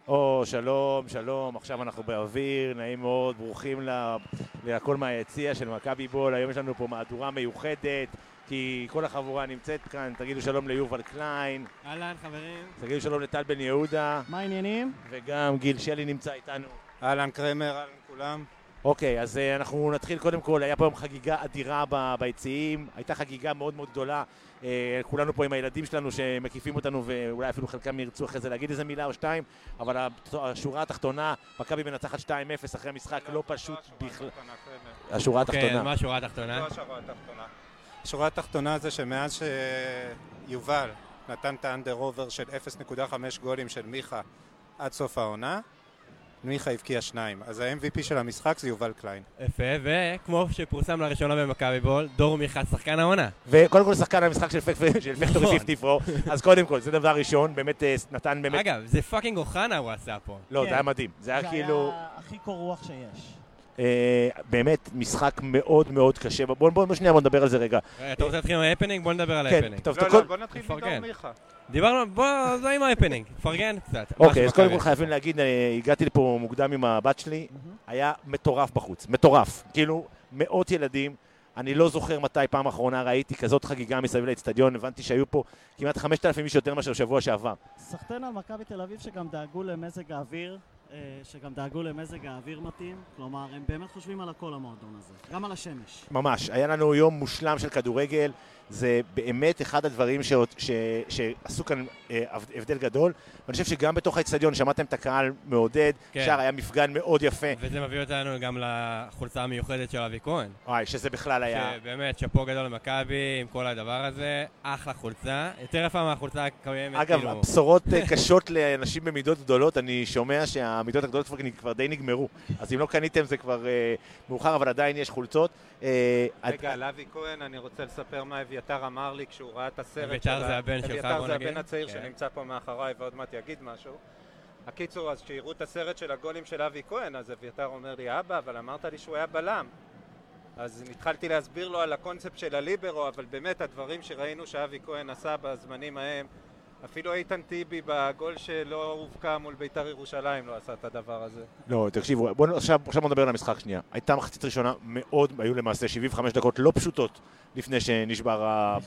שלום, שלום, עכשיו אנחנו באוויר, נעים מאוד, ברוכים לכל מהיציע של מכבי בול. היום יש לנו פה מהדורה מיוחדת, כי כל החבורה נמצאת כאן. תגידו שלום ליובל קליין. אהלן חברים. תגידו שלום לטל בן יהודה. מה העניינים? וגם גיל שלי נמצא איתנו. אהלן קרמר, אהלן כולם. אוקיי, אז אנחנו נתחיל קודם כל. היה פה היום חגיגה אדירה ביציעים, הייתה חגיגה מאוד מאוד גדולה. כולנו פה עם הילדים שלנו שמקיפים אותנו, ואולי אפילו חלקם ירצו אחרי זה להגיד איזה מילה או שתיים, אבל השורה התחתונה, מכבי מנצחת 2-0 אחרי משחק לא פשוט בכלל. השורה התחתונה. מה השורה התחתונה? לא השורה התחתונה. השורה התחתונה זה שמאז שיובל נתן את האנדר אובר של 0.5 גולים של מיכה עד סוף העונה, מיכה הבקיע 2. אז ה-MVP של המשחק זה יובל קליין. יפה, וכמו שפורסם לראשונה במכבי בול, דור מיכה שחקן העונה. וקודם כל שחקן המשחק של פקטורי 54, אז קודם כל, זה דבר ראשון, באמת נתן באמת... אגב, זה פאקינג אוחנה הוא עשה פה. לא, זה היה מדהים. זה היה כאילו... זה היה הכי קור רוח שיש. באמת משחק מאוד מאוד קשה. בוא שנייה, בוא נדבר על זה רגע. אתה רוצה להתחיל עם האפנינג? בוא נדבר על האפנינג. לא, בוא נתחיל מדור מיכה. דיברנו, בוא, זה עם האפנינג, פרגן קצת. אוקיי, אז קודם כל חייבים להגיד, הגעתי לפה מוקדם עם הבת שלי, היה מטורף בחוץ, מטורף. כאילו, מאות ילדים, אני לא זוכר מתי פעם האחרונה ראיתי כזאת חגיגה מסביב לאצטדיון, הבנתי שהיו פה כמעט 5,000 איש יותר מאשר שבוע שעבר. סחטיין על מכבי תל אביב שגם דאגו למזג האוויר מתאים, כלומר, הם באמת חושבים על הכל המועדון הזה, גם על השמש. ממש, היה לנו יום מושלם של כדורגל, זה באמת אחד הדברים שעשו כאן הבדל גדול, ואני חושב שגם בתוך האצטדיון שמעתם את הקהל מעודד, שער היה מפגן מאוד יפה. וזה מביא אותנו גם לחולצה המיוחדת של אבי כהן. שזה בכלל היה... שבאמת, שפו גדול למכבי עם כל הדבר הזה, אחלה חולצה, יותר יפה מהחולצה הקיימת. אגב, הבשורות קשות לאנשים במידות גדולות, אני שומע שהמידות הגדולות כבר די נגמרו, אז אם לא קניתם זה כבר מאוחר, אבל עדיין יש חולצות. רגע, על אבי כהן אני רוצה לספר מה אביתר אמר לי כשהוא ראה את הסרט. אביתר זה הבן שלך, אביתר זה הבן הצעיר שנמצא פה מאחריי ועוד מעט יגיד משהו. הקיצור, אז כשיראו את הסרט של הגולים של אבי כהן, אז אביתר אומר לי, אבא, אבל אמרת לי שהוא היה בלם. אז התחלתי להסביר לו על הקונספט של הליברו, אבל באמת הדברים שראינו שאבי כהן עשה בזמנים ההם, אפילו איתן טיבי בגול שלא הובקע מול ביתר ירושלים לא עשה את הדבר הזה. לא, תקשיבו, עכשיו בוא נדבר על המשחק שנייה. הייתה מחצית ראשונה מאוד, היו למעשה 75 דקות לא פשוטות לפני שנשבר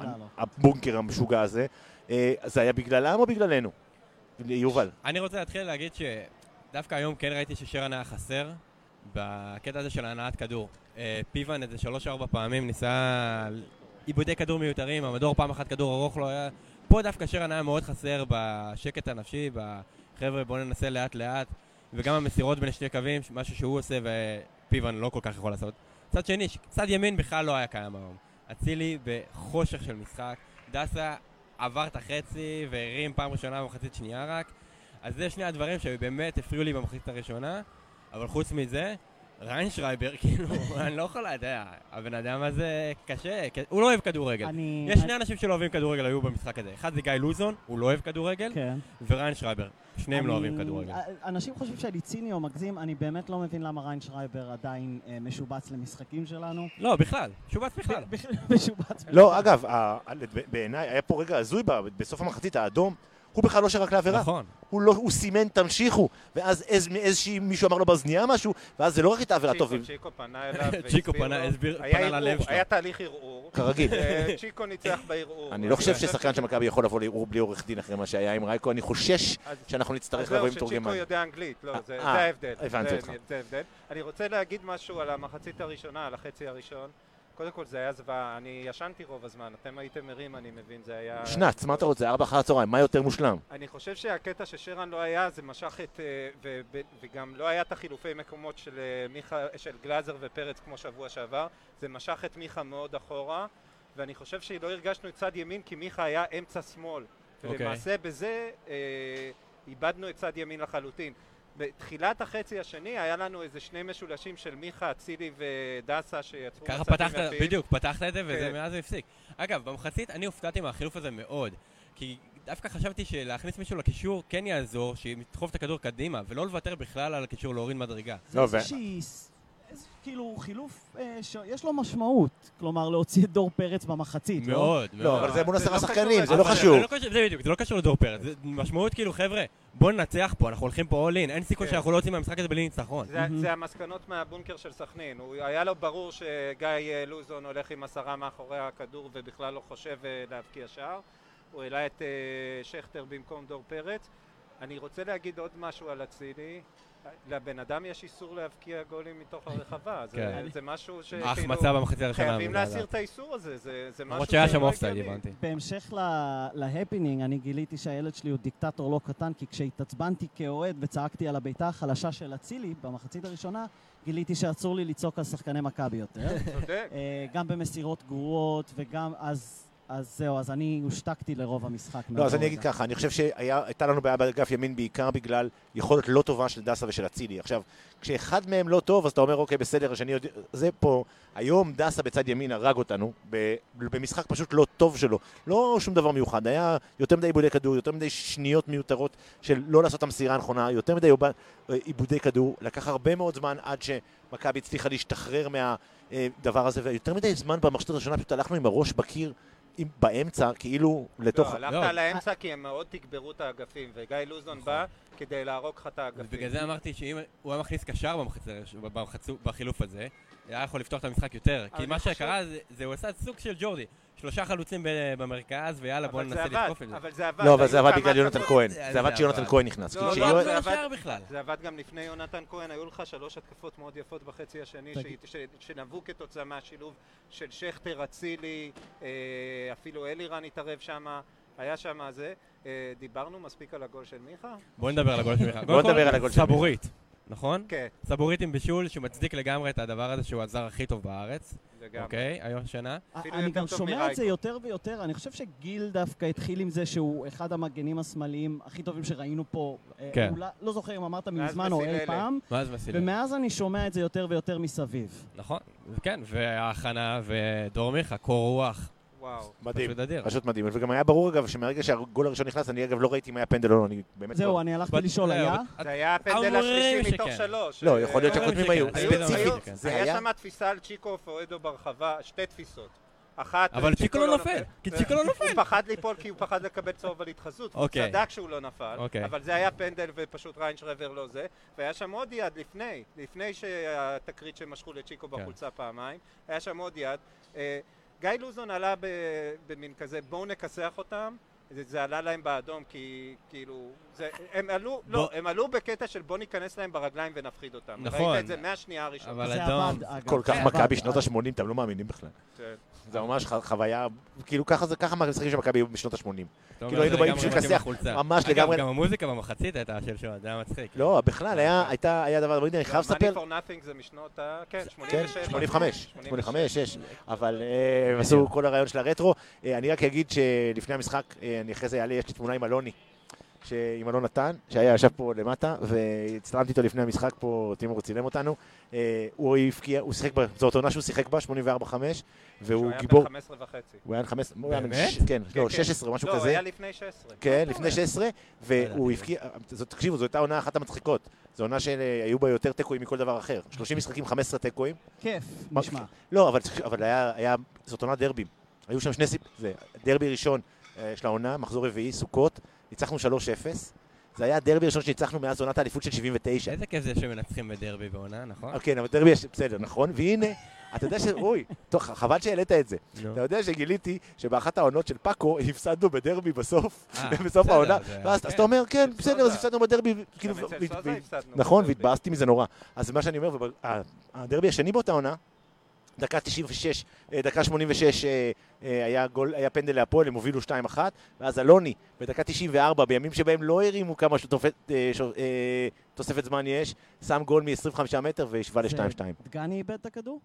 הבונקר המשוגע הזה. זה היה בגללם או בגללנו? יובל. אני רוצה להתחיל להגיד שדווקא היום כן ראיתי ששרן היה חסר בקטע הזה של הנעת כדור. פיוון איזה 3-4 פעמים ניסה עיבודי כדור מיותרים, המדור פעם אחת כדור ארוך לא היה... פה דווקא שרן היה מאוד חסר בשקט הנפשי, בחבר'ה בואו ננסה לאט לאט, וגם המסירות בין שני קווים, משהו שהוא עושה ופיוון לא כל כך יכול לעשות. צד שני, צד ימין בכלל לא היה קיים היום. אצילי בחושך של משחק, דסה עבר את החצי והרים פעם ראשונה במחצית שנייה רק, אז זה שני הדברים שבאמת הפריעו לי במחצית הראשונה, אבל חוץ מזה, ריינשרייבר, כאילו, אני לא יכול לדעת, הבן אדם הזה קשה, הוא לא אוהב כדורגל. יש שני אנשים שלא אוהבים כדורגל היו במשחק הזה. אחד זה גיא לוזון, הוא לא אוהב כדורגל, וריינשרייבר, שניהם לא אוהבים כדורגל. אנשים חושבים שאני ציני או מגזים, אני באמת לא מבין למה ריינשרייבר עדיין משובץ למשחקים שלנו. לא, בכלל, משובץ בכלל. משובץ. לא, אגב, בעיניי היה פה רגע הזוי בסוף המחצית האדום, הוא בכלל לא שרק לעבירה. נכון. הוא סימן, תמשיכו. ואז מישהו אמר לו באזנייה משהו, ואז זה לא רק את העבירה טוב. צ'יקו פנה אליו. צ'יקו פנה ללב שלו. היה תהליך ערעור. כרגיל. צ'יקו ניצח בערעור. אני לא חושב ששחקן של מכבי יכול לבוא לערעור בלי עורך דין אחרי מה שהיה עם רייקו. אני חושש שאנחנו נצטרך לבוא עם תורגמן. שצ'יקו יודע אנגלית. לא, זה ההבדל. הבנתי אותך. אני רוצה להגיד משהו על המחצית הראשונה, על החצי הראשון. קודם כל זה היה זוועה, אני ישנתי רוב הזמן, אתם הייתם מרים, אני מבין, זה היה... שנץ, מה אתה רוצה? 4 אחר הצהריים, מה יותר מושלם? אני חושב שהקטע ששרן לא היה, זה משך את... וגם לא היה את החילופי מקומות של גלאזר ופרץ כמו שבוע שעבר, זה משך את מיכה מאוד אחורה, ואני חושב שלא הרגשנו את צד ימין, כי מיכה היה אמצע שמאל, ולמעשה בזה איבדנו את צד ימין לחלוטין. בתחילת החצי השני היה לנו איזה שני משולשים של מיכה, אצילי ודסה שיצרו ככה פתחת, בדיוק, פתחת את זה וזה מאז זה הפסיק. אגב, במחצית אני הופתעתי מהחילוף הזה מאוד, כי דווקא חשבתי שלהכניס מישהו לקישור כן יעזור, שידחוף את הכדור קדימה, ולא לוותר בכלל על הקישור להוריד מדרגה. זה כאילו חילוף יש לו משמעות, כלומר להוציא את דור פרץ במחצית. מאוד, לא, אבל זה מול 10 שחקנים, זה לא חשוב. זה בדיוק, זה לא קשור לדור פרץ, זה משמעות כאילו חבר'ה, בוא ננצח פה, אנחנו הולכים פה all in, אין סיכוי שאנחנו לא יוצאים מהמשחק הזה בלי ניצחון. זה המסקנות מהבונקר של סכנין. היה לו ברור שגיא לוזון הולך עם 10 מאחורי הכדור ובכלל לא חושב להבקיע שער. הוא העלה את שכטר במקום דור פרץ. אני רוצה להגיד עוד משהו על אצילי. לבן אדם יש איסור להבקיע גולים מתוך הרחבה. זה משהו ההחמצה במחצית הראשונה. חייבים להסיר את האיסור הזה. זה משהו למרות שהיה שם אופסייד, הבנתי. בהמשך להפינינג, אני גיליתי שהילד שלי הוא דיקטטור לא קטן, כי כשהתעצבנתי כאוהד וצעקתי על הביתה החלשה של אצילי במחצית הראשונה, גיליתי שאסור לי לצעוק על שחקני מכבי יותר. צודק. גם במסירות גרועות וגם אז זהו, אז אני הושתקתי לרוב המשחק. לא, אז אני אגיד ככה, אני חושב שהייתה לנו בעיה באגף ימין בעיקר בגלל יכולת לא טובה של דסה ושל אצילי. עכשיו, כשאחד מהם לא טוב, אז אתה אומר, אוקיי, בסדר, השני יודע, זה פה, היום דסה בצד ימין הרג אותנו, במשחק פשוט לא טוב שלו. לא שום דבר מיוחד, היה יותר מדי איבודי כדור, יותר מדי שניות מיותרות של לא לעשות את המסירה הנכונה, יותר מדי איבודי כדור, לקח הרבה מאוד זמן עד שמכבי הצליחה להשתחרר מהדבר הזה, ויותר מדי זמן במחצית הראשונה פשוט הלכנו עם הראש בקיר באמצע, כאילו לתוך... לא, הלכת לאמצע כי הם מאוד תגברו את האגפים, וגיא לוזון בא כדי להרוג לך את האגפים. ובגלל זה אמרתי שאם הוא היה מכניס קשר בחילוף הזה, היה יכול לפתוח את המשחק יותר. כי מה שקרה זה הוא עשה סוג של ג'ורדי. 3 חלוצים במרכז, ויאללה בוא ננסה לתקוף את זה. אבל זה עבד. לא, אבל זה עבד בגלל יונתן כהן. זה עבד כשיונתן כהן נכנס. זה עבד גם לפני יונתן כהן. היו לך 3 התקפות מאוד יפות בחצי השני, שנבעו כתוצאה מהשילוב של שכטר, אצילי, אפילו אלירן התערב שם. היה שם זה. דיברנו מספיק על הגול של מיכה? בוא נדבר על הגול של מיכה. בוא נדבר על הגול של מיכה. סבורית, נכון? כן. סבורית עם בישול שמצדיק לגמרי את הדבר הזה שהוא הזר הכי טוב בארץ. אוקיי, היום שנה. אני גם שומע את זה יותר ויותר, אני חושב שגיל דווקא התחיל עם זה שהוא אחד המגנים השמאליים הכי טובים שראינו פה, לא זוכר אם אמרת מזמן או אי פעם, ומאז אני שומע את זה יותר ויותר מסביב. נכון, כן, וההכנה ודור מיכה, קור רוח. מדהים, פשוט מדהים. וגם היה ברור אגב שמהרגע שהגול הראשון נכנס, אני אגב לא ראיתי אם היה פנדל או לא, אני באמת... זהו, אני הלכתי לשאול, היה? זה היה הפנדל השלישי מתוך 3. לא, יכול להיות שהקודמים היו. ספציפית, היה שם תפיסה על צ'יקו פואדו ברחבה, 2 תפיסות. אחת... אבל צ'יקו לא נופל, כי צ'יקו לא נופל. הוא פחד ליפול כי הוא פחד לקבל צהוב על התחזות. הוא צדק שהוא לא נפל, אבל זה היה פנדל ופשוט ריינשרבר לא זה. והיה שם עוד יד לפני שהתקרית שמשכו לצ'יקו בחולצה פעמיים, היה שם עוד יד. גיא לוזון עלה במין כזה, בואו נכסח אותם, זה עלה להם באדום, כי כאילו, הם עלו בקטע של בואו ניכנס להם ברגליים ונפחיד אותם. נכון. ראית את זה מהשנייה הראשונה. אבל אדום. כל כך מכבי בשנות ה-80, אתם לא מאמינים בכלל. זה ממש חוויה, כאילו ככה משחקים של מכבי בשנות ה-80. כאילו היינו באים בשביל לכסח, ממש לגמרי. אגב, גם המוזיקה במחצית הייתה של שועד, זה היה מצחיק. לא, בכלל, היה דבר, אני חייב לספר... Money for Nothing זה משנות ה... כן, 85, 6. אבל הם עשו כל הרעיון של הרטרו. אני רק אגיד שלפני המשחק, אני אחרי זה יש לי תמונה עם אלוני. עם אלון נתן, שהיה ישב פה למטה, והצטרמתי איתו לפני המשחק פה, תימור צילם אותנו. הוא שיחק בה, זאת עונה שהוא שיחק בה, 84-5, והוא גיבור. שהוא היה בן 15 וחצי. הוא היה בן 15, באמת? כן, לא, 16, משהו כזה. לא, הוא היה לפני 16. כן, לפני 16, והוא הבקיע, תקשיבו, זו הייתה עונה אחת המצחיקות. זו עונה שהיו בה יותר טקואים מכל דבר אחר. 30 משחקים, 15 טקואים. כיף, נשמע. לא, אבל זאת עונה דרבים. היו שם שני דרבי ראשון של העונה, מחזור רביעי, סוכות. ניצחנו 3-0, זה היה הדרבי הראשון שניצחנו מאז עונת האליפות של 79. איזה כיף זה שמנצחים בדרבי בעונה, נכון? כן, אבל דרבי, בסדר, נכון? והנה, אתה יודע חבל שהעלית את זה. אתה יודע שגיליתי שבאחת העונות של פאקו הפסדנו בדרבי בסוף העונה. אז אתה אומר, כן, בסדר, אז הפסדנו בדרבי. נכון, והתבאסתי מזה נורא. אז מה שאני אומר, הדרבי השני באותה עונה, דקה 96, דקה 86 היה פנדל להפועל, הם הובילו 2-1, ואז אלוני בדקה 94, בימים שבהם לא הרימו כמה תוספת זמן יש, שם גול מ-25 מטר והשווה ל-2-2. דגני איבד את הכדור?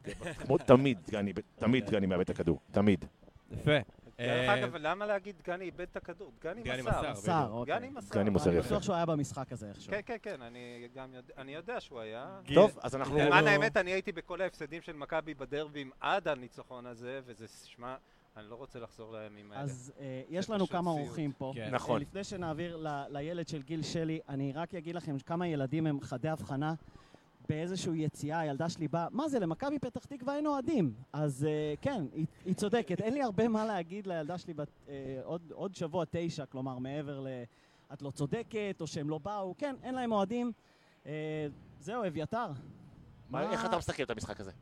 תמיד דגני מאבד את הכדור, תמיד. יפה. דרך אגב, למה להגיד דגני איבד את הכדור? דגני מסר. דגני מוסר יפה. אני בטוח שהוא היה במשחק הזה איכשהו. כן, אני יודע שהוא היה. טוב, אז אנחנו... למען האמת, אני הייתי בכל ההפסדים של מכבי בדרבים עד הניצחון הזה, וזה שמה... אני לא רוצה לחזור לימים האלה. אז יש לנו כמה אורחים פה. נכון. לפני שנעביר לילד של גיל שלי, אני רק אגיד לכם כמה ילדים הם חדי הבחנה. באיזושהי יציאה, הילדה שלי באה, מה זה, למכבי פתח תקווה אין אוהדים. אז כן, היא צודקת. אין לי הרבה מה להגיד לילדה שלי עוד שבוע 9, כלומר מעבר את לא צודקת, או שהם לא באו. כן, אין להם אוהדים. זהו, אביתר. איך אתה מסתכל את המשחק הזה?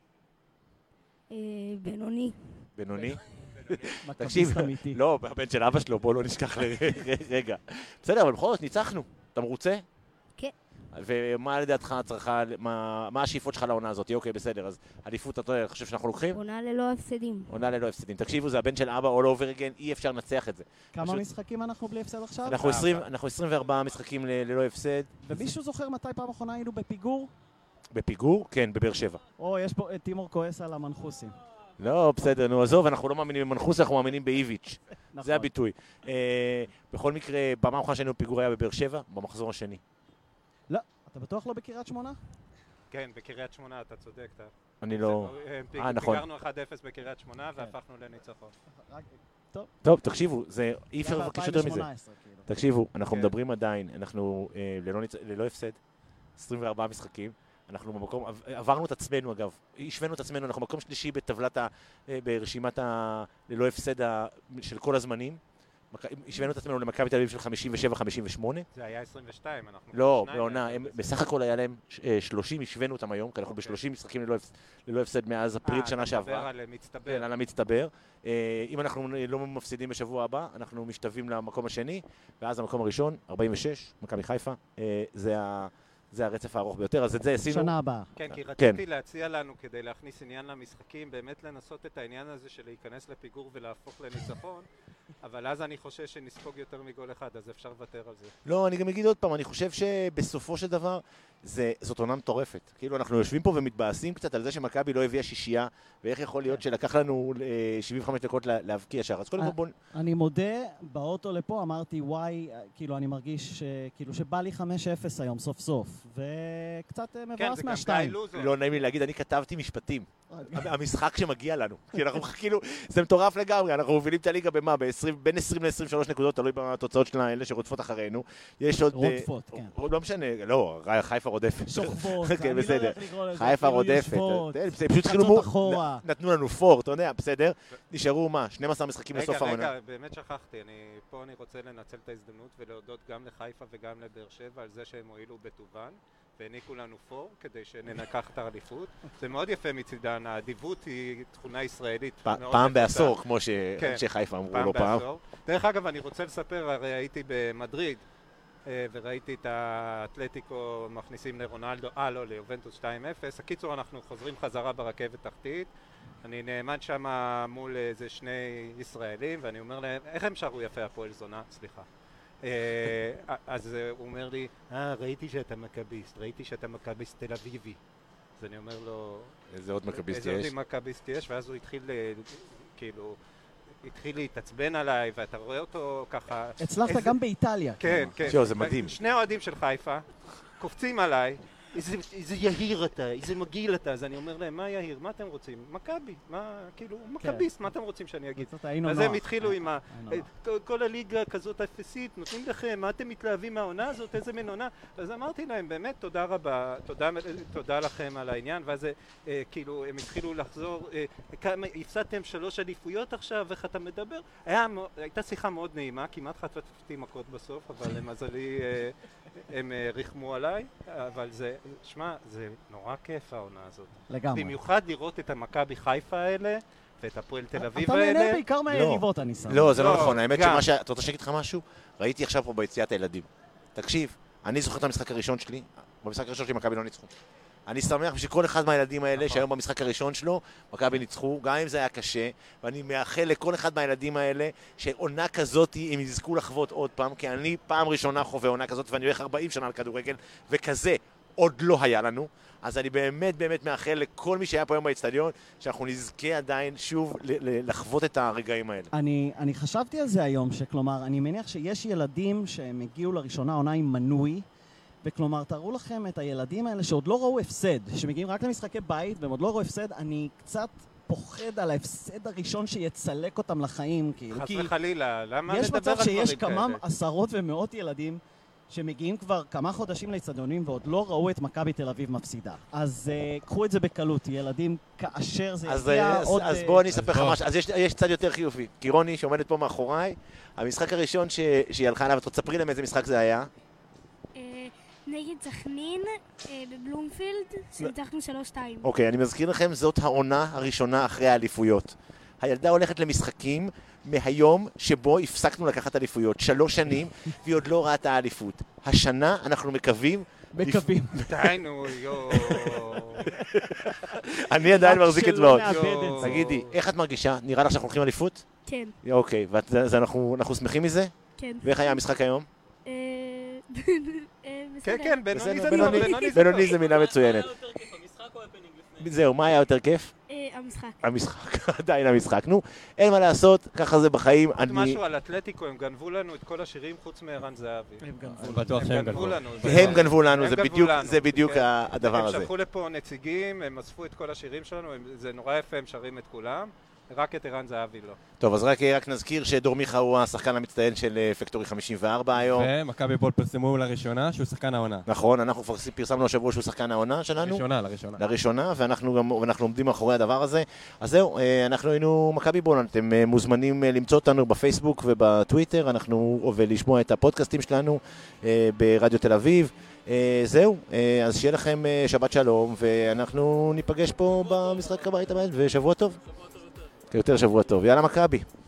בינוני. בינוני? תקשיב, לא, הבן של אבא שלו, בוא לא נשכח לרגע. בסדר, אבל בכל זאת, ניצחנו. אתה מרוצה? כן. ומה לדעתך צריכה, מה השאיפות שלך לעונה הזאת? אוקיי, בסדר, אז אליפות, אתה חושב שאנחנו לוקחים? עונה ללא הפסדים. עונה ללא הפסדים. תקשיבו, זה הבן של אבא, all over again, אי אפשר לנצח את זה. כמה משחקים אנחנו בלי הפסד עכשיו? אנחנו 24 משחקים ללא הפסד. ומישהו זוכר מתי פעם אחרונה היינו בפיגור? בפיגור? כן, בבאר שבע. יש פה תימור כועס על המנחוסים. לא, בסדר, נו, עזוב, אנחנו לא מאמינים במנחוס, אנחנו מאמינים באיביץ'. זה הביטוי. בכל מקרה, פעם האחרונה שהיינו בפיגור היה בבאר שבע, במחזור השני. לא, אתה בטוח לא בקריית שמונה? כן, בקריית שמונה, אתה צודק. אני לא... נכון. פיגרנו 1-0 בקריית שמונה והפכנו לניצחון. טוב, תקשיבו, אי אפשר לבקש יותר מזה. תקשיבו, אנחנו מדברים עדיין, אנחנו ללא הפסד, 24 משחקים. אנחנו במקום, עברנו את עצמנו אגב, השווינו את עצמנו, אנחנו מקום שלישי ברשימת ללא הפסד של כל הזמנים. השווינו את עצמנו למכבי תל אביב של 57-58. זה היה 22, אנחנו... לא, בעונה, בסך הכל היה להם 30, השווינו אותם היום, כי אנחנו ב-30 משחקים ללא הפסד מאז אפריל שנה שעברה. אתה מדבר על מצטבר. כן, על המצטבר. אם אנחנו לא מפסידים בשבוע הבא, אנחנו משתווים למקום השני, ואז המקום הראשון, 46, מכבי חיפה, זה הרצף הארוך ביותר, אז את זה עשינו. שנה הבאה. כן, כי רציתי להציע לנו כדי להכניס עניין למשחקים, באמת לנסות את העניין הזה של להיכנס לפיגור ולהפוך לניצחון, אבל אז אני חושב שנספוג יותר מגול אחד, אז אפשר לוותר על זה. לא, אני גם אגיד עוד פעם, אני חושב שבסופו של דבר, זאת עונה מטורפת. כאילו, אנחנו יושבים פה ומתבאסים קצת על זה שמכבי לא הביאה שישייה, ואיך יכול להיות שלקח לנו 75 דקות להבקיע שער. אז קודם כל בוא... אני מודה, באוטו לפה אמרתי, וואי, כאילו, אני מרגיש כאילו שבא לי 5-0 היום, סוף סוף, וקצת מבאס מהשתיים. לא נעים לי להגיד, אני כתבתי משפטים. המשחק שמגיע לנו. כי אנחנו כאילו, זה מטורף לגמרי, אנחנו מובילים את הליגה במה? בין 20 ל-23 נקודות, תלוי בתוצאות שלנו האלה שרודפות אחרינו. יש עוד... רודפות, כן. לא משנה, לא, חיפה רודפת. שוכבות, כן, בסדר. לקרוא לזה. חיפה רודפת. פשוט נתנו לנו פור, אתה יודע, בסדר. נשארו מה? 12 משחקים לסוף העונה. רגע, באמת שכחתי. פה אני רוצה לנצל את ההזדמנות ולהודות גם לחיפה וגם לבאר שבע על זה שהם הועילו בטובן. והעניקו לנו פור כדי שננקח את האליפות. זה מאוד יפה מצידן, האדיבות היא תכונה ישראלית. פעם בעשור, כמו שאנשי חיפה אמרו לא פעם. דרך אגב, אני רוצה לספר, הרי הייתי במדריד, וראיתי את האתלטיקו מכניסים לרונלדו, לא, ליובנטוס 2-0. הקיצור, אנחנו חוזרים חזרה ברכבת תחתית. אני נעמד שם מול איזה שני ישראלים, ואני אומר להם, איך הם שרו יפה הפועל זונה? סליחה. אז הוא אומר לי, ראיתי שאתה מכביסט, ראיתי שאתה מכביסט תל אביבי. אז אני אומר לו, איזה עוד מכביסט יש? איזה עוד מכביסט יש? ואז הוא התחיל, כאילו, התחיל להתעצבן עליי, ואתה רואה אותו ככה... הצלחת גם באיטליה. כן, כן. זה מדהים. שני אוהדים של חיפה קופצים עליי, איזה יהיר אתה, איזה מגעיל אתה, אז אני אומר להם, מה יהיר? מה אתם רוצים? מכבי, מה, כאילו, מכביסט, מה אתם רוצים שאני אגיד? אז הם התחילו עם כל הליגה כזאת אפסית, נותנים לכם, מה אתם מתלהבים מהעונה הזאת, איזה מין עונה? אז אמרתי להם, באמת, תודה רבה, תודה לכם על העניין, ואז כאילו, הם התחילו לחזור, הפסדתם 3 אליפויות עכשיו, איך אתה מדבר? הייתה שיחה מאוד נעימה, כמעט חטפתי מכות בסוף, אבל למזלי הם ריחמו עליי, אבל זה, שמע, זה נורא כיף העונה הזאת. לגמרי. במיוחד לראות את המכבי חיפה האלה, ואת הפועל תל אביב האלה. אתה נהנה בעיקר מהיריבות, אני שם. לא, זה לא נכון. האמת אתה רוצה להגיד לך משהו? ראיתי עכשיו פה ביציאת הילדים. תקשיב, אני זוכר את המשחק הראשון שלי, במשחק הראשון שלי מכבי לא ניצחו. אני שמח בשביל כל אחד מהילדים האלה שהיום במשחק הראשון שלו, מכבי ניצחו, גם אם זה היה קשה, ואני מאחל לכל אחד מהילדים האלה שעונה כזאת הם יזכו לחוות עוד פעם, כי אני פעם ראשונה חווה עונה כזאת, ואני הולך 40 שנה על כדורגל, וכזה עוד לא היה לנו. אז אני באמת באמת מאחל לכל מי שהיה פה היום באצטדיון, שאנחנו נזכה עדיין שוב לחוות את הרגעים האלה. אני חשבתי על זה היום, שכלומר, אני מניח שיש ילדים שהם הגיעו לראשונה עונה עם מנוי, וכלומר, תראו לכם את הילדים האלה שעוד לא ראו הפסד, שמגיעים רק למשחקי בית והם עוד לא ראו הפסד, אני קצת פוחד על ההפסד הראשון שיצלק אותם לחיים, כאילו. חס וחלילה, למה לדבר על דברים כאלה? יש מצב שיש כמה עשרות ומאות ילדים שמגיעים כבר כמה חודשים לאצטדיונים ועוד לא ראו את מכבי תל אביב מפסידה. אז קחו את זה בקלות, ילדים, כאשר זה יגיע עוד... אז בואו אני אספר לך משהו, אז יש צד יותר חיובי. כי רוני שעומדת פה מאחוריי, המשחק הראשון שהיא הלכה עליו, תספרי להם איזה משחק זה היה. נגד סכנין בבלומפילד, שניצחנו 3-2. אוקיי, אני מזכיר לכם, זאת העונה הראשונה אחרי האליפויות. הילדה הולכת למשחקים מהיום שבו הפסקנו לקחת אליפויות. 3 שנים, והיא עוד לא ראתה האליפות. השנה אנחנו מקווים... דיינו, יואו. אני עדיין מחזיק אצבעות. תגידי, איך את מרגישה? נראה לך שאנחנו הולכים אליפות? כן. אוקיי, ואנחנו שמחים מזה? כן. ואיך היה המשחק היום? כן, כן, בינוני זה טוב. בינוני זה מילה מצוינת. זהו, מה היה יותר כיף? המשחק. עדיין המשחק. נו, אין מה לעשות, ככה זה בחיים. משהו על אתלטיקו, הם גנבו לנו את כל השירים חוץ מערן זהבי. הם גנבו לנו. הם גנבו לנו, זה בדיוק הדבר הזה. הם שלחו לפה נציגים, הם אספו את כל השירים שלנו, זה נורא יפה, הם שרים את כולם. רק את ערן זהבי לא. טוב, אז רק נזכיר שדור מיכה הוא השחקן המצטיין של פקטורי 54 היום. ומכבי פול פרסמו לראשונה שהוא שחקן העונה. נכון, אנחנו כבר פרסמנו השבוע שהוא שחקן העונה שלנו. לראשונה, ואנחנו עומדים מאחורי הדבר הזה. אז זהו, אנחנו היינו מכבי בול, אתם מוזמנים למצוא אותנו בפייסבוק ובטוויטר, ולשמוע את הפודקאסטים שלנו ברדיו תל אביב. זהו, אז שיהיה לכם שבת שלום, ואנחנו ניפגש פה במשחק הבית הבא, ושבוע טוב. יותר שבוע טוב. יאללה מכבי.